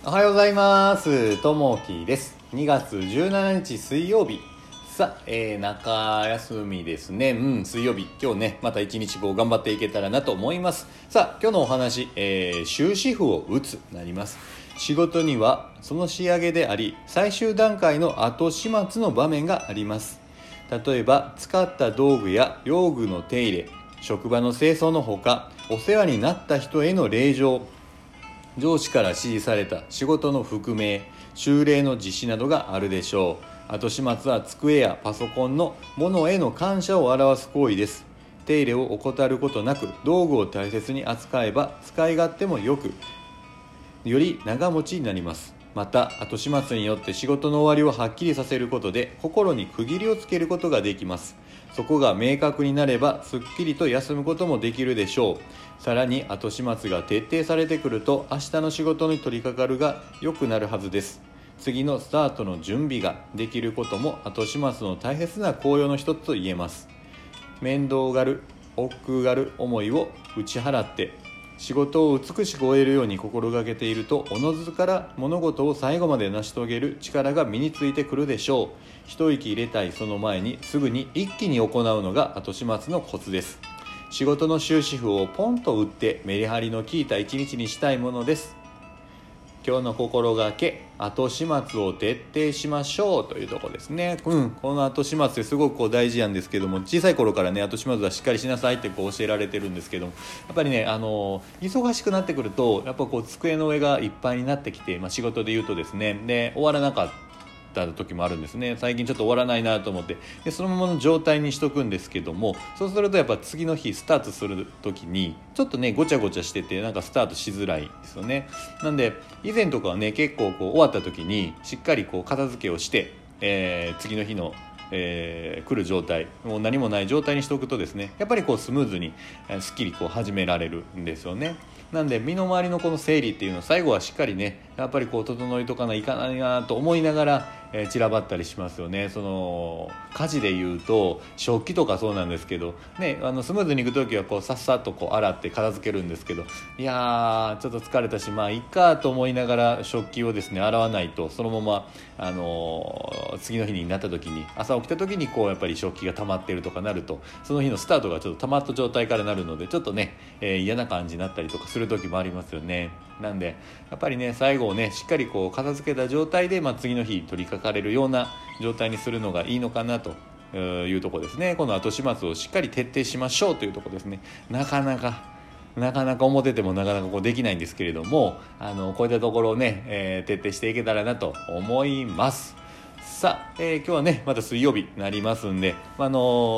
おはようございます。ともきです。2月17日水曜日。さあ、中休みですね。水曜日。今日ね、また一日頑張っていけたらなと思います。さあ、今日のお話、終止符を打つなります。仕事にはその仕上げであり、最終段階の後始末の場面があります。例えば、使った道具や用具の手入れ、職場の清掃のほか、お世話になった人への礼状、上司から指示された仕事の覆名、修例の実施などがあるでしょう。後始末は机やパソコンのものへの感謝を表す行為です。手入れを怠ることなく、道具を大切に扱えば使い勝手もよく、より長持ちになります。また、後始末によって仕事の終わりをはっきりさせることで、心に区切りをつけることができます。そこが明確になれば、すっきりと休むこともできるでしょう。さらに、後始末が徹底されてくると、明日の仕事に取り掛かるが良くなるはずです。次のスタートの準備ができることも、後始末の大切な効用の一つと言えます。面倒がる、億劫がる思いを打ち払って、仕事を美しく終えるように心がけていると、おのずから物事を最後まで成し遂げる力が身についてくるでしょう。一息入れたいその前に、すぐに一気に行うのが後始末のコツです。仕事の終止符をポンと打ってメリハリの効いた一日にしたいものです。今日の心がけ、後始末を徹底しましょうというところですね。この後始末ってすごく大事なんですけども、小さい頃からね、後始末はしっかりしなさいって教えられてるんですけども、やっぱりね、忙しくなってくると、やっぱ机の上がいっぱいになってきて、仕事で言うとですね、で終わらなかった時もあるんですね。最近ちょっと終わらないなと思って、でそのままの状態にしとくんですけども、そうするとやっぱ次の日スタートする時にちょっとねごちゃごちゃしてて、スタートしづらいですよね。なんで以前とかはね、結構終わった時にしっかり片付けをして、次の日の来る状態、もう何もない状態にしておくとですね、やっぱりスムーズにすっきり始められるんですよね。なんで身の回りのこの整理っていうのを最後はしっかりね、やっぱり整いとかないかないなと思いながら、散らばったりしますよね。その家事でいうと食器とかそうなんですけどね、スムーズにいく時はさっさと洗って片付けるんですけど、いやーちょっと疲れたし、いいかと思いながら食器をですね洗わないと、そのまま次の日になった時に、朝起きた時にやっぱり食器が溜まってるとかなると、その日のスタートがちょっと溜まった状態からなるので、ちょっとね、嫌な感じになったりとかする時もありますよね。なんでやっぱりね、最後をねしっかり片付けた状態で、次の日取り掛かれるような状態にするのがいいのかなというところですね。この後始末をしっかり徹底しましょうというところですね。なかなか思っててもなかなかできないんですけれども、こういったところをね、徹底していけたらなと思います。さあ、今日はねまた水曜日になりますんで、また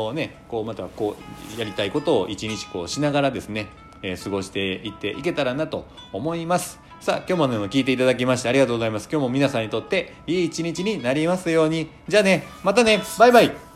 やりたいことを一日しながらですね、過ごしていっていけたらなと思います。さあ、今日も聞いていただきましてありがとうございます。今日も皆さんにとっていい一日になりますように。じゃあね、またね、バイバイ。